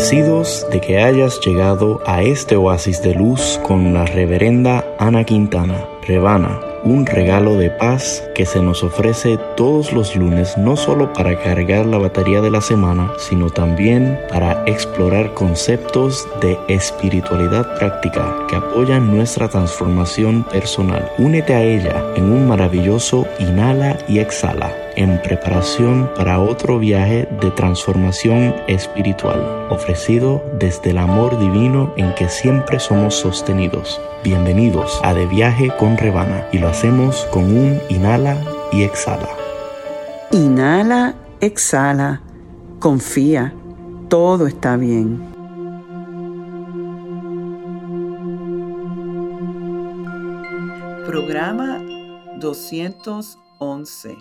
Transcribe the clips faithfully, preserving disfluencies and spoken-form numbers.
Agradecidos de que hayas llegado a este oasis de luz con la reverenda Ana Quintana, Revana, un regalo de paz que se nos ofrece todos los lunes, no solo para cargar la batería de la semana, sino también para explorar conceptos de espiritualidad práctica que apoyan nuestra transformación personal. Únete a ella en un maravilloso inhala y exhala, en preparación para otro viaje de transformación espiritual, ofrecido desde el amor divino en que siempre somos sostenidos. Bienvenidos a De Viaje con Revana, y lo hacemos con un inhala y exhala. Inhala, exhala, confía, todo está bien. Programa doscientos once.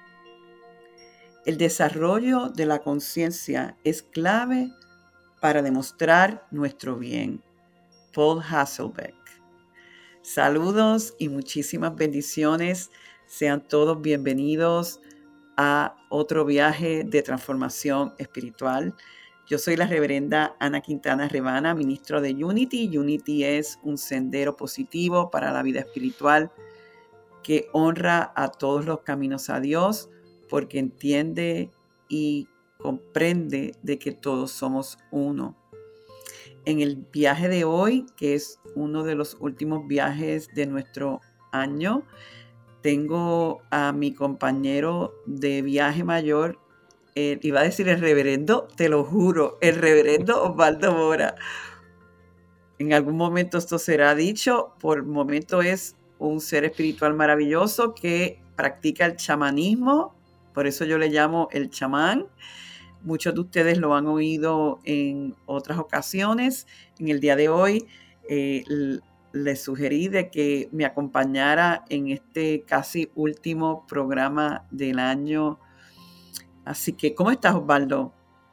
El desarrollo de la conciencia es clave para demostrar nuestro bien. Paul Hasselbeck. Saludos y muchísimas bendiciones. Sean todos bienvenidos a otro viaje de transformación espiritual. Yo soy la reverenda Ana Quintana Revana, ministro de Unity. Unity es un sendero positivo para la vida espiritual que honra a todos los caminos a Dios, porque entiende y comprende de que todos somos uno. En el viaje de hoy, que es uno de los últimos viajes de nuestro año, tengo a mi compañero de viaje mayor, eh, iba a decir el reverendo, te lo juro, el reverendo Osvaldo Mora. En algún momento esto será dicho, por el momento es un ser espiritual maravilloso que practica el chamanismo, por eso yo le llamo el chamán. Muchos de ustedes lo han oído en otras ocasiones. En el día de hoy eh, les sugerí de que me acompañara en este casi último programa del año. Así que, ¿cómo estás, Osvaldo?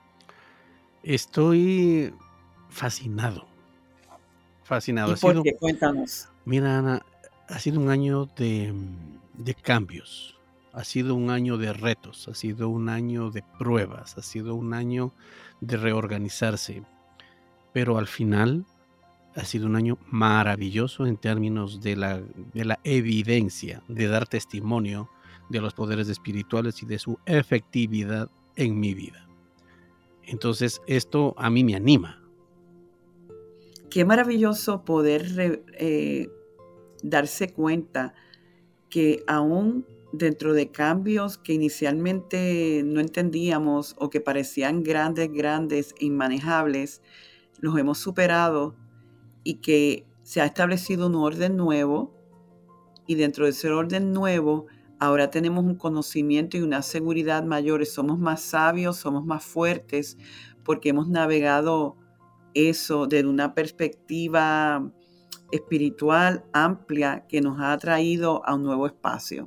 Estoy fascinado. Fascinado. ¿Y por qué? Cuéntanos. Mira, Ana, ha sido un año de, de cambios. Ha sido un año de retos, ha sido un año de pruebas, ha sido un año de reorganizarse. Pero al final ha sido un año maravilloso en términos de la, de la evidencia, de dar testimonio de los poderes espirituales y de su efectividad en mi vida. Entonces, esto a mí me anima. Qué maravilloso poder eh, darse cuenta que aún dentro de cambios que inicialmente no entendíamos o que parecían grandes, grandes e inmanejables, los hemos superado y que se ha establecido un orden nuevo, y dentro de ese orden nuevo ahora tenemos un conocimiento y una seguridad mayores. Somos más sabios, somos más fuertes, porque hemos navegado eso desde una perspectiva espiritual amplia que nos ha traído a un nuevo espacio.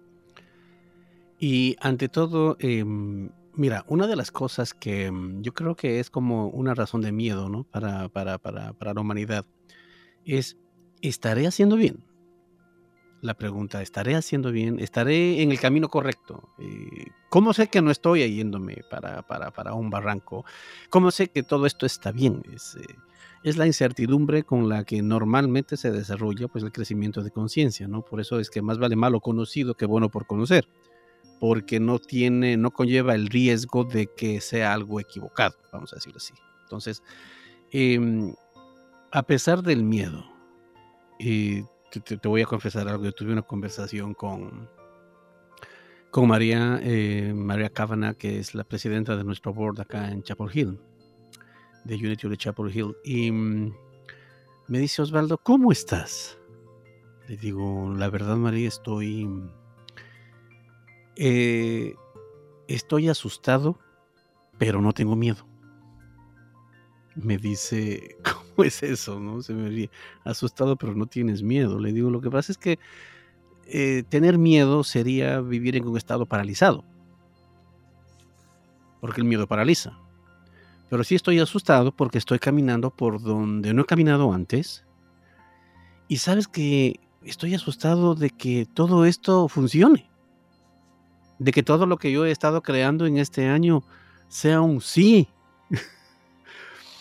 Y ante todo, eh, mira, una de las cosas que yo creo que es como una razón de miedo, ¿no? para, para, para, para la humanidad es, ¿estaré haciendo bien? La pregunta, ¿estaré haciendo bien? ¿Estaré en el camino correcto? Eh, ¿Cómo sé que no estoy yéndome para, para, para un barranco? ¿Cómo sé que todo esto está bien? Es, eh, es la incertidumbre con la que normalmente se desarrolla pues, el crecimiento de conciencia, ¿no? Por eso es que más vale malo conocido que bueno por conocer, porque no tiene, no conlleva el riesgo de que sea algo equivocado, vamos a decirlo así. Entonces, eh, a pesar del miedo, eh, te, te voy a confesar algo. Yo tuve una conversación con, con María, eh, María Kavanagh, que es la presidenta de nuestro board acá en Chapel Hill, de Unity de Chapel Hill, y um, me dice, Osvaldo, ¿cómo estás? Le digo, la verdad, María, estoy... Eh, estoy asustado, pero no tengo miedo. Me dice, ¿cómo es eso? ¿No? Se me ríe. Asustado, pero no tienes miedo. Le digo, lo que pasa es que eh, tener miedo sería vivir en un estado paralizado, porque el miedo paraliza. Pero sí estoy asustado porque estoy caminando por donde no he caminado antes. Y sabes que estoy asustado de que todo esto funcione. De que todo lo que yo he estado creando en este año sea un sí.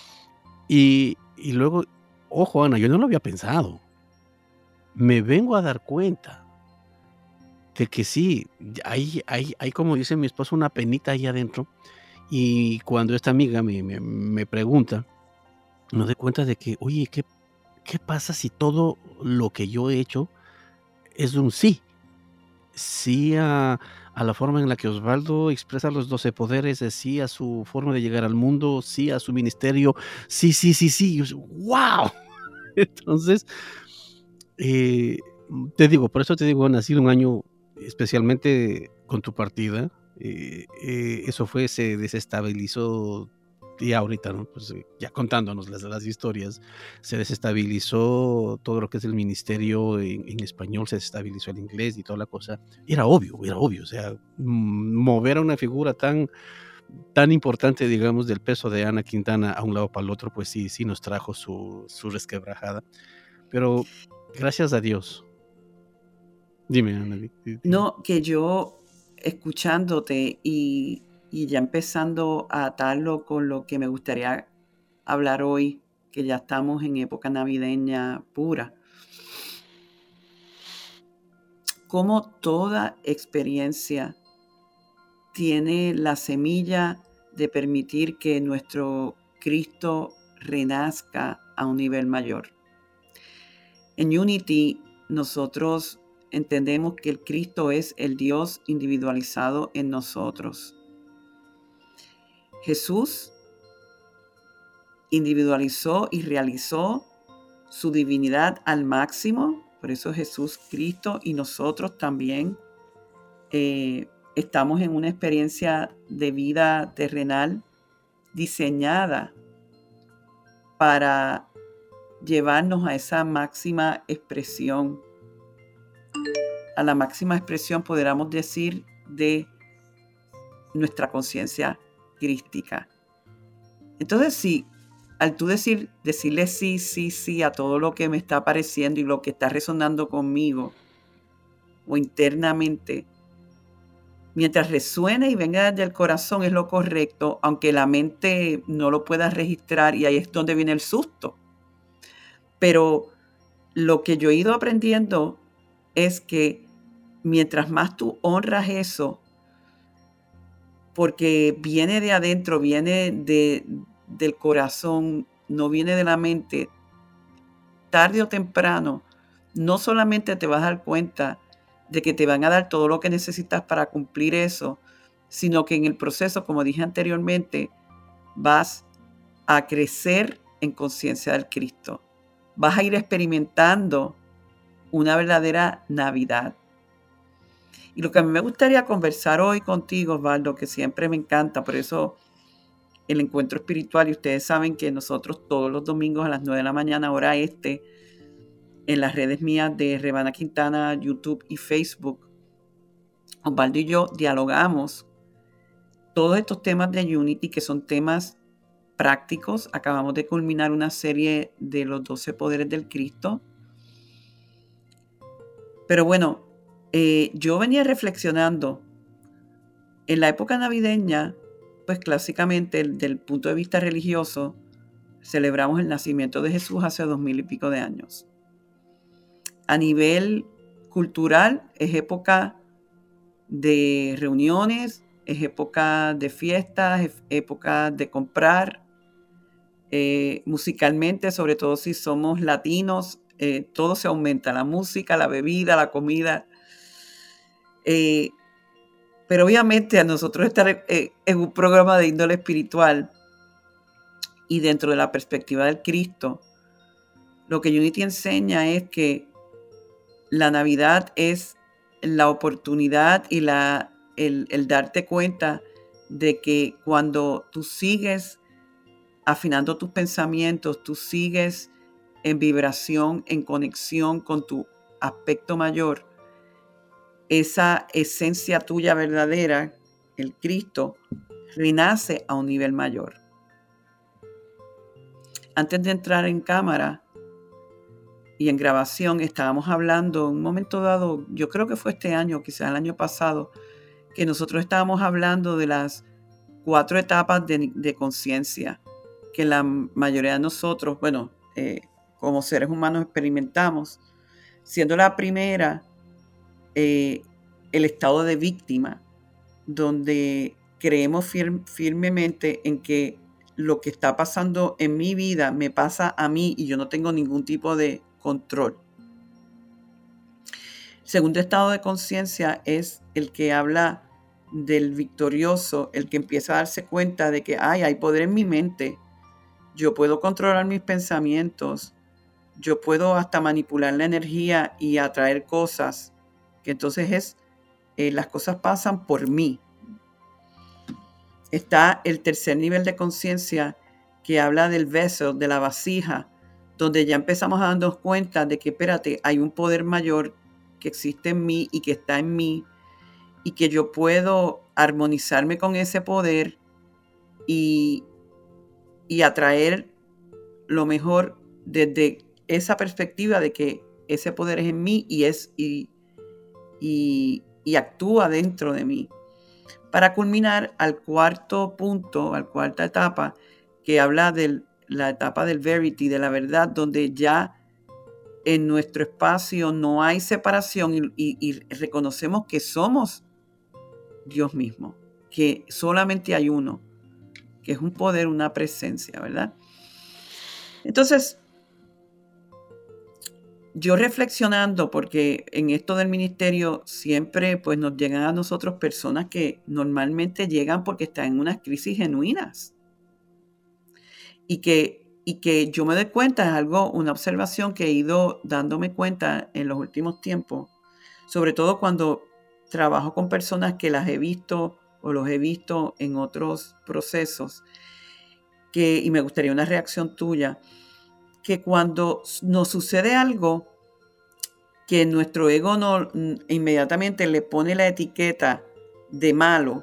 Y, y luego, ojo, Ana, yo no lo había pensado. Me vengo a dar cuenta de que sí, hay, hay, hay, como dice mi esposo, una penita ahí adentro. Y cuando esta amiga me, me, me pregunta, me doy cuenta de que, oye, ¿qué, ¿qué pasa si todo lo que yo he hecho es un sí? Sí a, a la forma en la que Osvaldo expresa los doce poderes, eh, sí a su forma de llegar al mundo, sí a su ministerio, sí, sí, sí, sí. ¡Wow! Entonces, eh, te digo, por eso te digo, ha sido un año especialmente con tu partida. Eh, eh, eso fue, se desestabilizó. Y ahorita, ¿no? Pues eh, ya contándonos las, las historias, se desestabilizó todo lo que es el ministerio en, en español, se desestabilizó el inglés y toda la cosa. Era obvio, era obvio. O sea, mm, mover a una figura tan, tan importante, digamos, del peso de Ana Quintana a un lado para el otro, pues sí, sí nos trajo su, su resquebrajada. Pero gracias a Dios. Dime, Ana. di- di- di- No, que yo escuchándote y, y ya empezando a atarlo con lo que me gustaría hablar hoy, que ya estamos en época navideña pura, como toda experiencia tiene la semilla de permitir que nuestro Cristo renazca a un nivel mayor. En Unity nosotros entendemos que el Cristo es el Dios individualizado en nosotros. Jesús individualizó y realizó su divinidad al máximo, por eso Jesús Cristo y nosotros también eh, estamos en una experiencia de vida terrenal diseñada para llevarnos a esa máxima expresión, a la máxima expresión, podríamos decir, de nuestra conciencia crística. Entonces, sí, al tú decir, decirle sí, sí, sí a todo lo que me está apareciendo y lo que está resonando conmigo o internamente, mientras resuene y venga desde el corazón es lo correcto, aunque la mente no lo pueda registrar, y ahí es donde viene el susto. Pero lo que yo he ido aprendiendo es que mientras más tú honras eso, porque viene de adentro, viene de, del corazón, no viene de la mente, tarde o temprano, no solamente te vas a dar cuenta de que te van a dar todo lo que necesitas para cumplir eso, sino que en el proceso, como dije anteriormente, vas a crecer en conciencia del Cristo. Vas a ir experimentando una verdadera Navidad. Y lo que a mí me gustaría conversar hoy contigo, Osvaldo, que siempre me encanta, por eso el encuentro espiritual, y ustedes saben que nosotros todos los domingos a las nueve de la mañana, hora este, en las redes mías de Revana Quintana, YouTube y Facebook, Osvaldo y yo dialogamos todos estos temas de Unity, que son temas prácticos. Acabamos de culminar una serie de los doce poderes del Cristo. Pero bueno, eh, yo venía reflexionando en la época navideña, pues clásicamente desde el punto de vista religioso, celebramos el nacimiento de Jesús hace dos mil y pico de años. A nivel cultural es época de reuniones, es época de fiestas, es época de comprar. Eh, musicalmente, sobre todo si somos latinos, eh, todo se aumenta, la música, la bebida, la comida. Eh, pero obviamente a nosotros estar eh, en un programa de índole espiritual y dentro de la perspectiva del Cristo, lo que Unity enseña es que la Navidad es la oportunidad y la, el, el darte cuenta de que cuando tú sigues afinando tus pensamientos, tú sigues en vibración, en conexión con tu aspecto mayor, esa esencia tuya verdadera, el Cristo, renace a un nivel mayor. Antes de entrar en cámara y en grabación, estábamos hablando en un momento dado, yo creo que fue este año, quizás el año pasado, que nosotros estábamos hablando de las cuatro etapas de, de conciencia. que la mayoría de nosotros, bueno, eh, como seres humanos experimentamos, siendo la primera eh, el estado de víctima, donde creemos fir- firmemente en que lo que está pasando en mi vida me pasa a mí y yo no tengo ningún tipo de control. Segundo estado de conciencia es el que habla del victorioso, el que empieza a darse cuenta de que ay, hay poder en mi mente, yo puedo controlar mis pensamientos, yo puedo hasta manipular la energía y atraer cosas, que entonces es, eh, las cosas pasan por mí. Está el tercer nivel de conciencia que habla del vessel, de la vasija, donde ya empezamos a darnos cuenta de que, espérate, hay un poder mayor que existe en mí y que está en mí y que yo puedo armonizarme con ese poder y, y atraer lo mejor desde esa perspectiva de que ese poder es en mí y, es, y, y, y actúa dentro de mí. Para culminar al cuarto punto, a la cuarta etapa, que habla de la etapa del verity, de la verdad, donde ya en nuestro espacio no hay separación y, y, y reconocemos que somos Dios mismo, que solamente hay uno, que es un poder, una presencia, ¿verdad? Entonces, yo reflexionando, porque en esto del ministerio siempre pues nos llegan a nosotros personas que normalmente llegan porque están en unas crisis genuinas y que, y que yo me doy cuenta, es algo, una observación que he ido dándome cuenta en los últimos tiempos, sobre todo cuando trabajo con personas que las he visto o los he visto en otros procesos, que, y me gustaría una reacción tuya, que cuando nos sucede algo que nuestro ego no, inmediatamente le pone la etiqueta de malo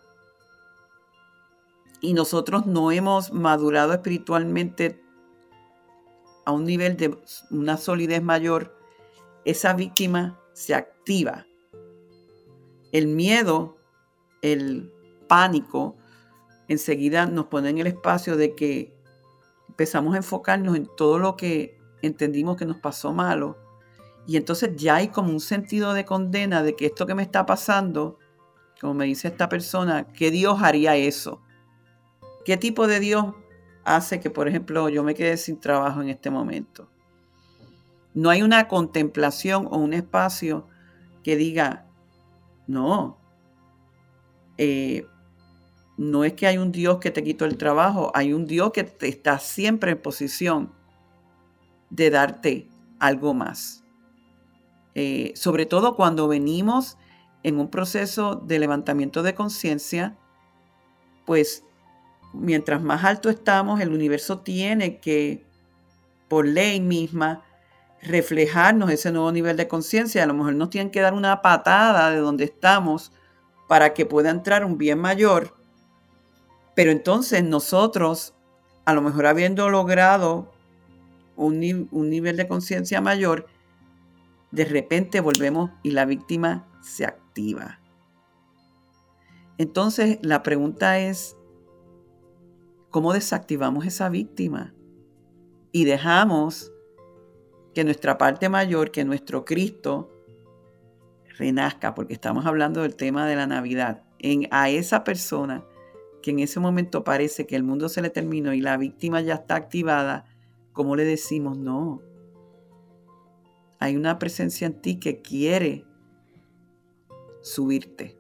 y nosotros no hemos madurado espiritualmente a un nivel de una solidez mayor, esa víctima se activa. El miedo, el pánico, enseguida nos pone en el espacio de que empezamos a enfocarnos en todo lo que entendimos que nos pasó malo. Y entonces ya hay como un sentido de condena de que esto que me está pasando, como me dice esta persona, ¿qué Dios haría eso? ¿Qué tipo de Dios hace que, por ejemplo, yo me quede sin trabajo en este momento? No hay una contemplación o un espacio que diga, no, eh, no es que hay un Dios que te quitó el trabajo, hay un Dios que te está siempre en posición de darte algo más. Eh, sobre todo cuando venimos en un proceso de levantamiento de conciencia, pues mientras más alto estamos, el universo tiene que, por ley misma, reflejarnos ese nuevo nivel de conciencia. A lo mejor nos tienen que dar una patada de donde estamos para que pueda entrar un bien mayor. Pero entonces nosotros, a lo mejor habiendo logrado un, ni- un nivel de conciencia mayor, de repente volvemos y la víctima se activa. Entonces la pregunta es, ¿cómo desactivamos esa víctima? Y dejamos que nuestra parte mayor, que nuestro Cristo, renazca, porque estamos hablando del tema de la Navidad, en a esa persona que en ese momento parece que el mundo se le terminó y la víctima ya está activada. ¿Cómo le decimos? No. Hay una presencia en ti que quiere subirte.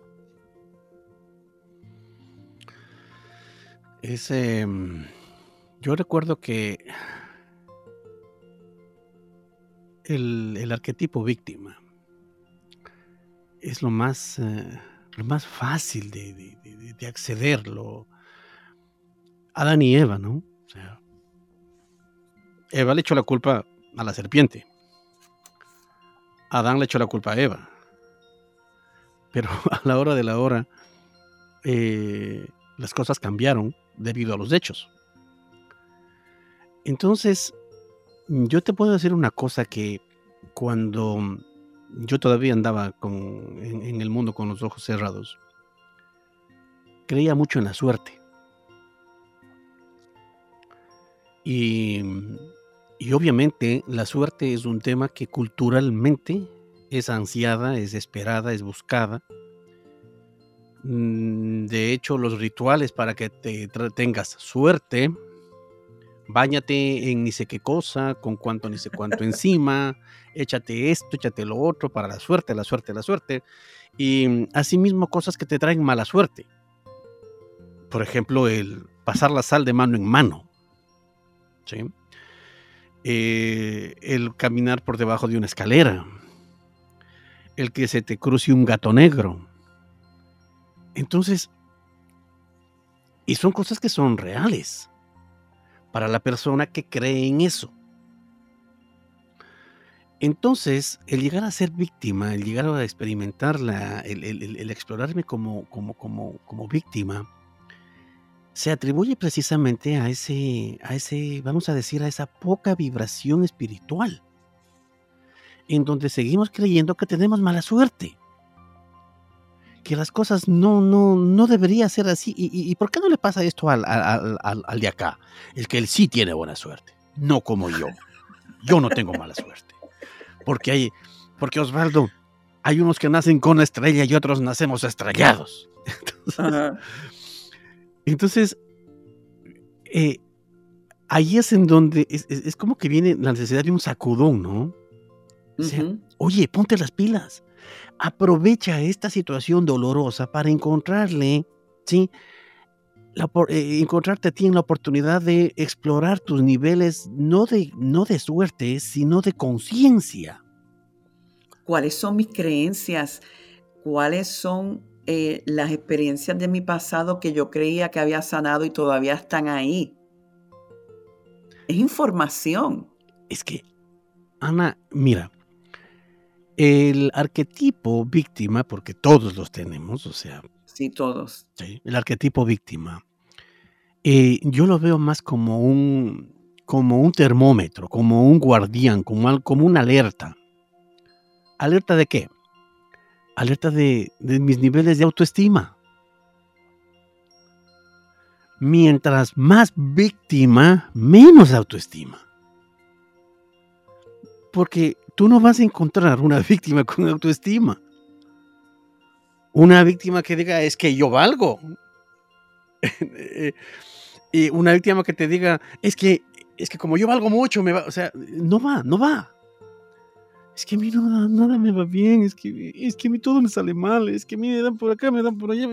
Es, eh, yo recuerdo que el, el arquetipo víctima es lo más, eh, lo más fácil de, de, de, de accederlo. Adán y Eva, ¿no? O sea, Eva le echó la culpa a la serpiente. Adán le echó la culpa a Eva. Pero a la hora de la hora, eh, las cosas cambiaron debido a los hechos. Entonces, yo te puedo decir una cosa, que cuando yo todavía andaba con, en, en el mundo con los ojos cerrados, creía mucho en la suerte. Y, y obviamente la suerte es un tema que culturalmente es ansiada, es esperada, es buscada. Mm, De hecho, los rituales para que te tra- tengas suerte, báñate en ni sé qué cosa, con cuánto ni sé cuánto encima, échate esto, échate lo otro para la suerte, la suerte, la suerte. Y mm, asimismo cosas que te traen mala suerte. Por ejemplo, el pasar la sal de mano en mano, ¿sí? Eh, el caminar por debajo de una escalera, el que se te cruce un gato negro. Entonces, y son cosas que son reales para la persona que cree en eso. Entonces, el llegar a ser víctima, el llegar a experimentar, la, el, el- el- el explorarme como, como, como, como víctima, se atribuye precisamente a ese, a ese, vamos a decir, a esa poca vibración espiritual, en donde seguimos creyendo que tenemos mala suerte, que las cosas no, no, no debería ser así. ¿Y, y- y por qué no le pasa esto al, al, al- al- al de acá? El que él sí tiene buena suerte, no como yo. Yo no tengo mala suerte. Porque hay, porque Osvaldo, hay unos que nacen con estrella y otros nacemos estrellados. Entonces, Ajá. entonces eh, ahí es en donde es, es- es como que viene la necesidad de un sacudón, ¿no? O sea, Ujú. oye, ponte las pilas. Aprovecha esta situación dolorosa para encontrarle, ¿sí? La opor- eh, encontrarte a ti en la oportunidad de explorar tus niveles, no de, no de suerte, sino de conciencia. ¿Cuáles son mis creencias? ¿Cuáles son eh, las experiencias de mi pasado que yo creía que había sanado y todavía están ahí? Es información. Es que, Ana, mira, el arquetipo víctima, porque todos los tenemos, o sea, Sí, todos. ¿sí? El arquetipo víctima, eh, yo lo veo más como un, como un termómetro, como un guardián, como, al- como una alerta. ¿Alerta de qué? Alerta de, de mis niveles de autoestima. Mientras más víctima, menos autoestima. Porque tú no vas a encontrar una víctima con autoestima. Una víctima que diga, es que yo valgo. Eh, y una víctima que te diga, es que, es que como yo valgo mucho, me va, o sea, no va, no va. Es que a mí no, nada me va bien, es que, es que a mí todo me sale mal, es que a mí me dan por acá, me dan por allá.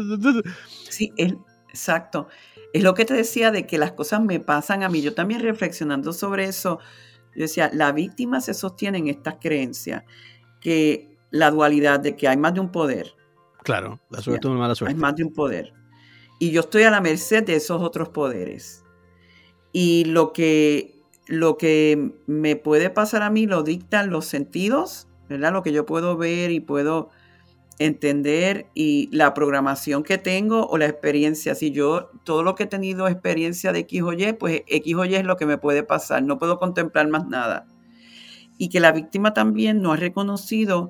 Sí, es, exacto. Es lo que te decía de que las cosas me pasan a mí. Yo también reflexionando sobre eso, yo decía, la víctima se sostiene en estas creencias, que la dualidad de que hay más de un poder. Claro, la Decía, suerte o la mala hay suerte. más de un poder. Y yo estoy a la merced de esos otros poderes. Y lo que, lo que me puede pasar a mí lo dictan los sentidos, ¿verdad? Lo que yo puedo ver y puedo entender y la programación que tengo o la experiencia. Si yo todo lo que he tenido experiencia de X o Y, pues X o Y es lo que me puede pasar. No puedo contemplar más nada. Y que la víctima también no ha reconocido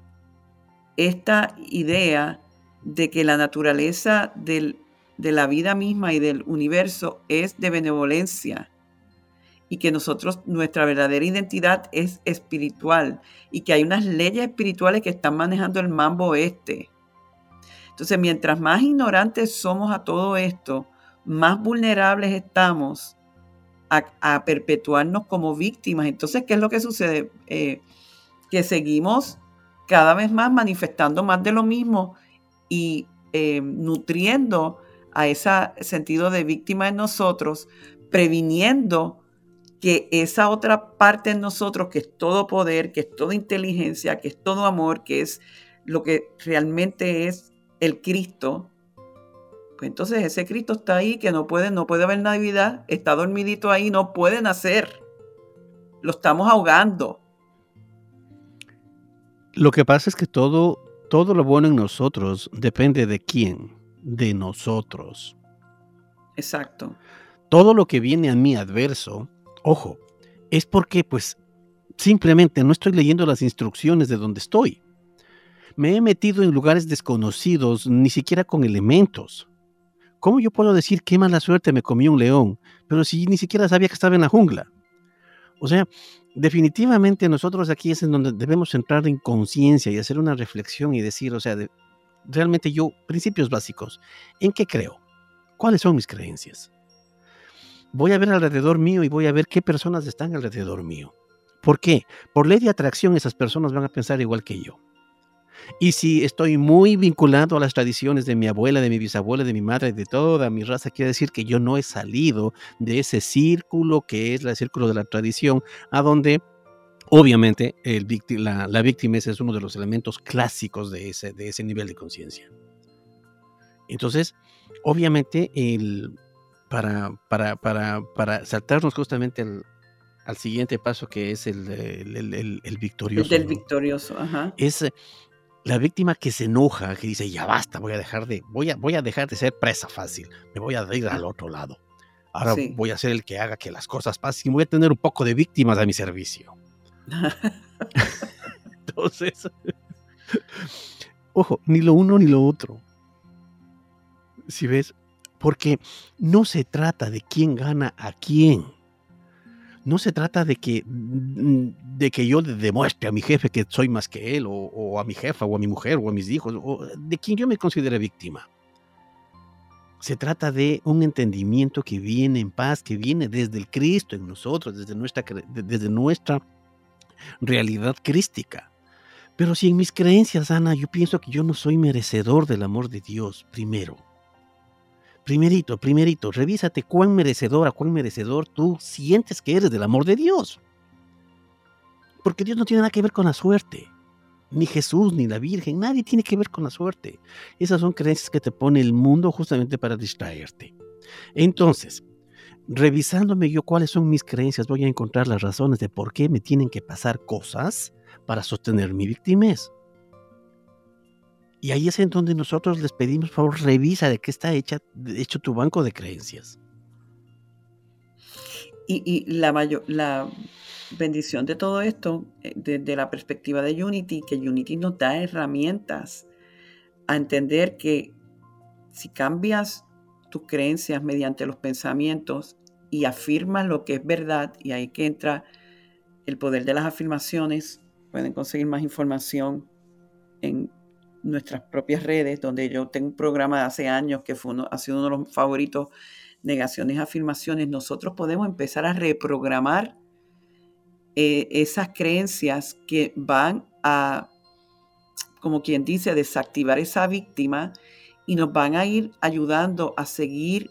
esta idea de que la naturaleza del, de la vida misma y del universo es de benevolencia y que nosotros, nuestra verdadera identidad es espiritual y que hay unas leyes espirituales que están manejando el mambo este. Entonces, mientras más ignorantes somos a todo esto, más vulnerables estamos a, a perpetuarnos como víctimas. Entonces, ¿qué es lo que sucede? Eh, que seguimos cada vez más manifestando más de lo mismo y eh, nutriendo a ese sentido de víctima en nosotros, previniendo que esa otra parte en nosotros, que es todo poder, que es toda inteligencia, que es todo amor, que es lo que realmente es el Cristo, pues entonces ese Cristo está ahí, que no puede, no puede haber Navidad, está dormidito ahí, no puede nacer. Lo estamos ahogando. Lo que pasa es que todo, todo lo bueno en nosotros depende de quién, de nosotros. Exacto. Todo lo que viene a mí adverso, ojo, es porque pues simplemente no estoy leyendo las instrucciones de donde estoy. Me he metido en lugares desconocidos, ni siquiera con elementos, ¿Cómo yo puedo decir qué mala suerte me comió un león? Pero si ni siquiera sabía que estaba en la jungla. O sea, definitivamente nosotros aquí es en donde debemos entrar en conciencia y hacer una reflexión y decir, o sea, de, realmente yo, principios básicos, ¿en qué creo? ¿Cuáles son mis creencias? Voy a ver alrededor mío y voy a ver qué personas están alrededor mío. ¿Por qué? Por ley de atracción esas personas van a pensar igual que yo. Y si estoy muy vinculado a las tradiciones de mi abuela, de mi bisabuela, de mi madre, de toda mi raza, quiere decir que yo no he salido de ese círculo que es el círculo de la tradición, a donde obviamente el vícti- la, la víctima es uno de los elementos clásicos de ese, de ese nivel de conciencia. Entonces, obviamente, el, para, para, para, para saltarnos justamente al, al siguiente paso, que es el, el, el, el- el victorioso, El del ¿no? victorioso, ajá. Es eh, la víctima que se enoja, que dice, ya basta, voy a dejar de, voy a, voy a dejar de ser presa fácil, me voy a ir al Ah, otro lado. Ahora sí. voy a ser el que haga que las cosas pasen y voy a tener un poco de víctimas a mi servicio. Entonces, ojo, ni lo uno ni lo otro. ¿Sí ves? Porque no se trata de quién gana a quién. No se trata de que, mm, de que yo le demuestre a mi jefe que soy más que él, o, o a mi jefa, o a mi mujer, o a mis hijos, o de quien yo me considere víctima. Se trata de un entendimiento que viene en paz, que viene desde el Cristo en nosotros, desde nuestra, cre- de- desde nuestra realidad crística. Pero si en mis creencias, Ana, yo pienso que yo no soy merecedor del amor de Dios, primero. Primerito, primerito, revísate cuán merecedora, cuán merecedor tú sientes que eres del amor de Dios. Porque Dios no tiene nada que ver con la suerte. Ni Jesús, ni la Virgen, nadie tiene que ver con la suerte. Esas son creencias que te pone el mundo justamente para distraerte. Entonces, revisándome yo cuáles son mis creencias, voy a encontrar las razones de por qué me tienen que pasar cosas para sostener mi victimez. Y ahí es en donde nosotros les pedimos, por favor, revisa de qué está hecha, hecho tu banco de creencias. Y, y la, mayor, la bendición de todo esto, eh, desde la perspectiva de Unity, que Unity nos da herramientas a entender que si cambias tus creencias mediante los pensamientos y afirmas lo que es verdad, y ahí que entra el poder de las afirmaciones, pueden conseguir más información en nuestras propias redes, donde yo tengo un programa de hace años que fue uno, ha sido uno de los favoritos, negaciones, afirmaciones. Nosotros podemos empezar a reprogramar eh, esas creencias que van a, como quien dice, a desactivar esa víctima y nos van a ir ayudando a seguir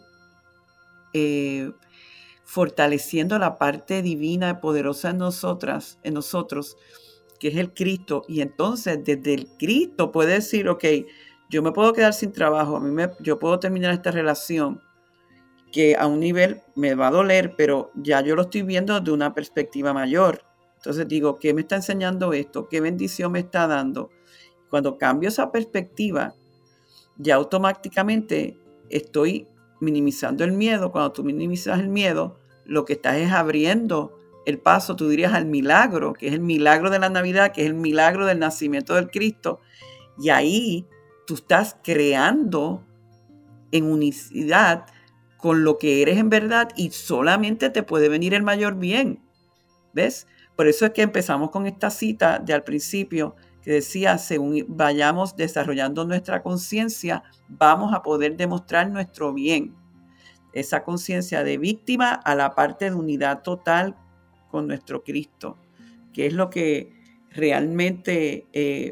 eh, fortaleciendo la parte divina, poderosa en nosotras, en nosotros, que es el Cristo. Y entonces desde el Cristo puede decir, ok, yo me puedo quedar sin trabajo, a mí me, yo puedo terminar esta relación que a un nivel me va a doler, pero ya yo lo estoy viendo de una perspectiva mayor. Entonces digo, ¿qué me está enseñando esto? ¿Qué bendición me está dando? Cuando cambio esa perspectiva, ya automáticamente estoy minimizando el miedo. Cuando tú minimizas el miedo, lo que estás es abriendo el paso, tú dirías, al milagro, que es el milagro de la Navidad, que es el milagro del nacimiento del Cristo. Y ahí tú estás creando en unicidad con lo que eres en verdad y solamente te puede venir el mayor bien. ¿Ves? Por eso es que empezamos con esta cita de al principio que decía, según vayamos desarrollando nuestra conciencia, vamos a poder demostrar nuestro bien. Esa conciencia de víctima a la parte de unidad total con nuestro Cristo, que es lo que realmente eh,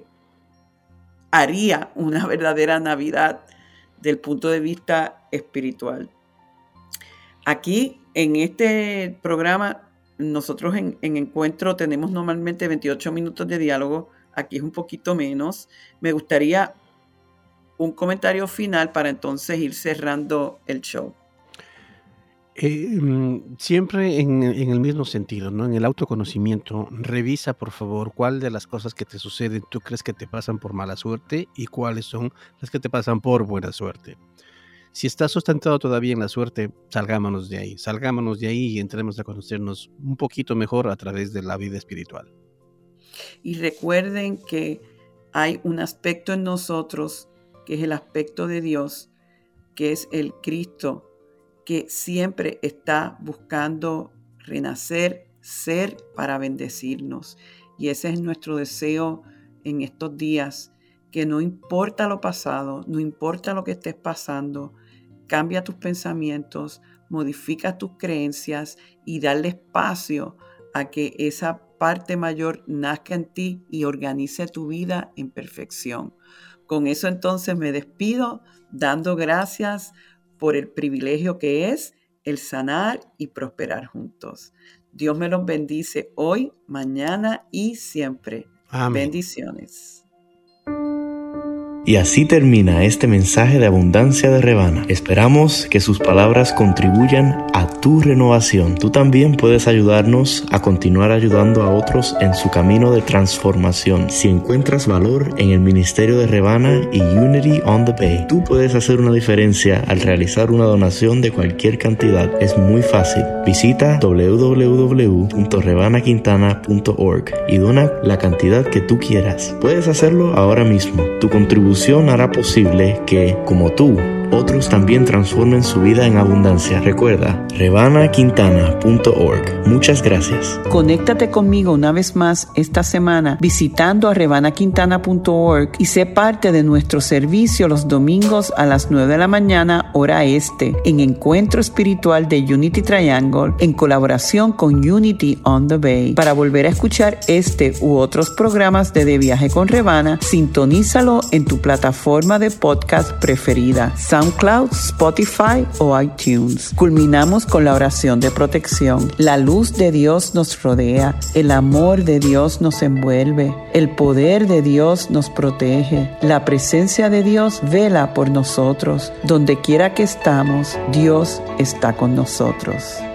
haría una verdadera Navidad del punto de vista espiritual. Aquí, en este programa, nosotros en, en Encuentro tenemos normalmente veintiocho minutos de diálogo. Aquí es un poquito menos. Me gustaría un comentario final para entonces ir cerrando el show. Eh, mm, siempre en, en el mismo sentido, ¿no? En el autoconocimiento, revisa por favor cuál de las cosas que te suceden tú crees que te pasan por mala suerte y cuáles son las que te pasan por buena suerte. Si estás sustentado todavía en la suerte, salgámonos de ahí, salgámonos de ahí y entremos a conocernos un poquito mejor a través de la vida espiritual. Y recuerden que hay un aspecto en nosotros, que es el aspecto de Dios, que es el Cristo que siempre está buscando renacer, ser para bendecirnos. Y ese es nuestro deseo en estos días, que no importa lo pasado, no importa lo que estés pasando, cambia tus pensamientos, modifica tus creencias y darle espacio a que esa parte mayor nazca en ti y organice tu vida en perfección. Con eso entonces me despido dando gracias por el privilegio que es el sanar y prosperar juntos. Dios me los bendice hoy, mañana y siempre. Amén. Bendiciones. Y así termina este mensaje de abundancia de Rebana. Esperamos que sus palabras contribuyan a tu renovación. Tú también puedes ayudarnos a continuar ayudando a otros en su camino de transformación. Si encuentras valor en el ministerio de Rebana y Unity on the Bay, tú puedes hacer una diferencia al realizar una donación de cualquier cantidad. Es muy fácil. Visita doble u doble u doble u punto rebana quintana punto org y dona la cantidad que tú quieras. Puedes hacerlo ahora mismo. Tu contribución hará posible que, como tú, otros también transformen su vida en abundancia. Recuerda, rebana quintana punto org. Muchas gracias. Conéctate conmigo una vez más esta semana visitando a rebana quintana punto org y sé parte de nuestro servicio los domingos a las nueve de la mañana, hora este, en Encuentro Espiritual de Unity Triangle, en colaboración con Unity on the Bay. Para volver a escuchar este u otros programas de De Viaje con Rebana, sintonízalo en tu plataforma de podcast preferida, SoundCloud, Spotify o iTunes. Culminamos con la oración de protección. La luz de Dios nos rodea, el amor de Dios nos envuelve, el poder de Dios nos protege, la presencia de Dios vela por nosotros. Donde quiera que estamos, Dios está con nosotros.